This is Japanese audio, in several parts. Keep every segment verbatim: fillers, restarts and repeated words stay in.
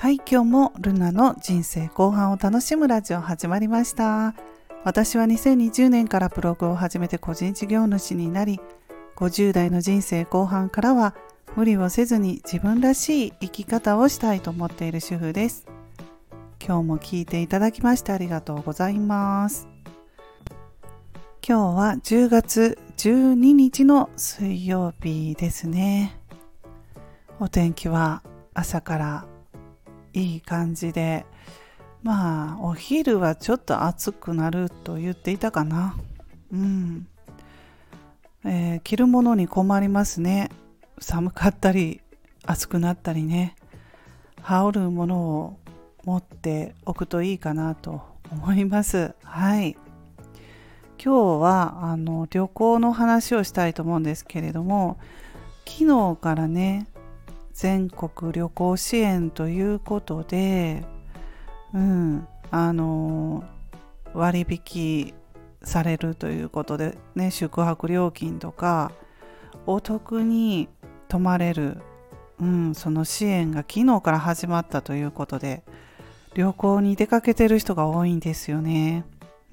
はい、今日もルナの人生後半を楽しむラジオ始まりました。私はにせんにじゅうねんからブログを始めて個人事業主になり、ごじゅう代の人生後半からは無理をせずに自分らしい生き方をしたいと思っている主婦です。今日も聞いていただきましてありがとうございます。今日はじゅうがつじゅうににちの水曜日ですね。お天気は朝からいい感じで、まあお昼はちょっと暑くなると言っていたかな。うん、えー、着るものに困りますね。寒かったり暑くなったりね。羽織るものを持っておくといいかなと思います。はい。今日はあの旅行の話をしたいと思うんですけれども、昨日からね、全国旅行支援ということで、うん、あの割引されるということでね、宿泊料金とかお得に泊まれる、うん、その支援が昨日から始まったということで、旅行に出かけてる人が多いんですよね。うん、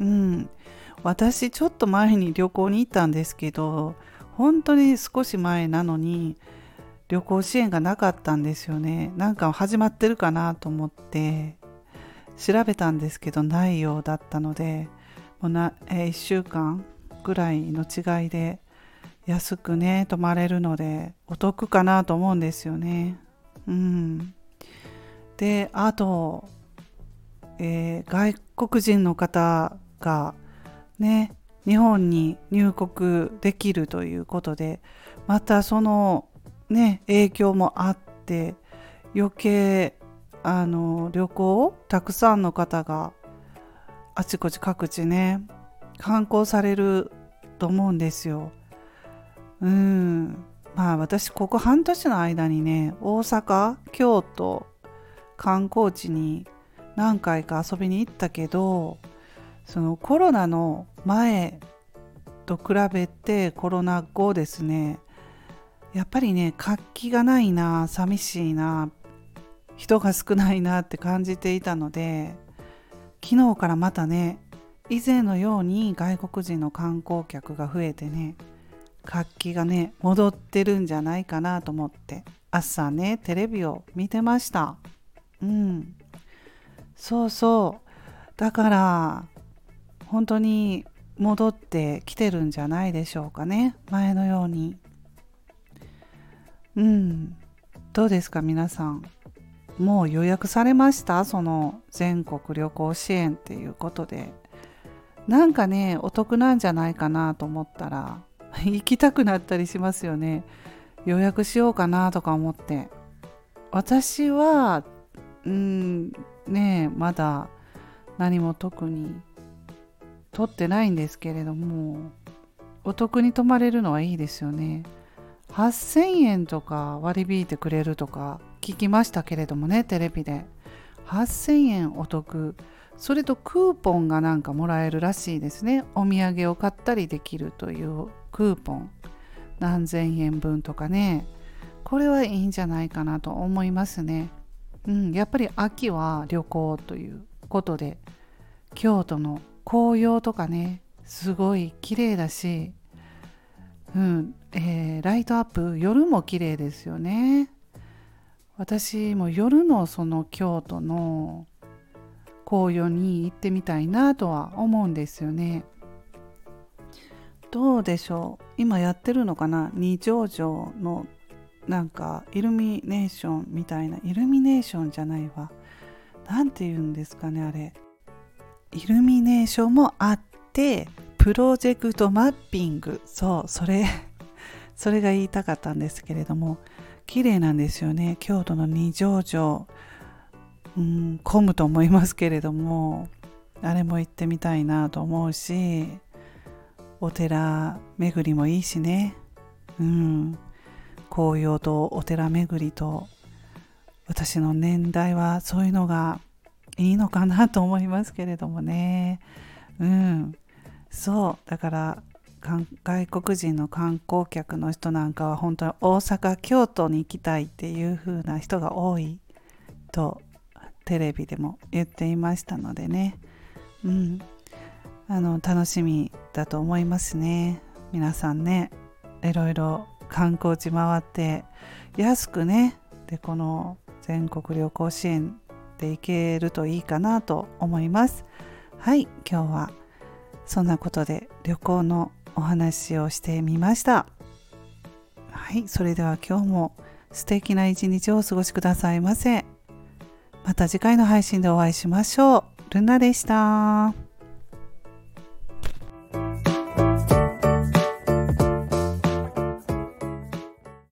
私ちょっと前に旅行に行ったんですけど、本当に少し前なのに旅行支援がなかったんですよね。なんか始まってるかなと思って調べたんですけど、ないようだったので、もうな、えー、いっしゅうかんぐらいの違いで安くね泊まれるのでお得かなと思うんですよね。うん、で、あと、えー、外国人の方がね日本に入国できるということで、またそのね影響もあって余計あの旅行をたくさんの方があちこち各地ね観光されると思うんですよ。うん、まあ私ここ半年の間にね、大阪、京都、観光地に何回か遊びに行ったけど、そのコロナの前と比べてコロナ後ですね、やっぱりね活気がないな、寂しいな、人が少ないなって感じていたので、昨日からまたね以前のように外国人の観光客が増えてね、活気がね戻ってるんじゃないかなと思って朝ねテレビを見てました。うん、そうそう、だから本当に戻ってきてるんじゃないでしょうかね、前のように。うん、どうですか皆さん、もう予約されました？その全国旅行支援っていうことで、なんかねお得なんじゃないかなと思ったら行きたくなったりしますよね。予約しようかなとか思って。私はうんねまだ何も特に取ってないんですけれども、お得に泊まれるのはいいですよね。はっせんえんとか割り引いてくれるとか聞きましたけれどもね、テレビで。はっせんえんお得。それとクーポンがなんかもらえるらしいですね。お土産を買ったりできるというクーポン、何千円分とかね。これはいいんじゃないかなと思いますね。うん、やっぱり秋は旅行ということで、京都の紅葉とかねすごい綺麗だし、うんえー、ライトアップ夜も綺麗ですよね。私も夜のその京都の紅葉に行ってみたいなとは思うんですよね。どうでしょう、今やってるのかな、二条城のなんかイルミネーションみたいな、イルミネーションじゃないわ、なんて言うんですかね、あれイルミネーションもあって、プロジェクトマッピング、そうそれそれが言いたかったんですけれども、綺麗なんですよね、京都の二条城。うん、混むと思いますけれども、あれも行ってみたいなと思うし、お寺巡りもいいしね。うん、紅葉とお寺巡りと、私の年代はそういうのがいいのかなと思いますけれどもね。うん、そうだから外国人の観光客の人なんかは本当に大阪、京都に行きたいっていう風な人が多いとテレビでも言っていましたのでね、うん、あの楽しみだと思いますね。皆さんね、いろいろ観光地回って安くね、でこの全国旅行支援で行けるといいかなと思います。はい、今日はそんなことで旅行のお話をしてみました。はい、それでは今日も素敵な一日をお過ごしくださいませ。また次回の配信でお会いしましょう。ルナでした。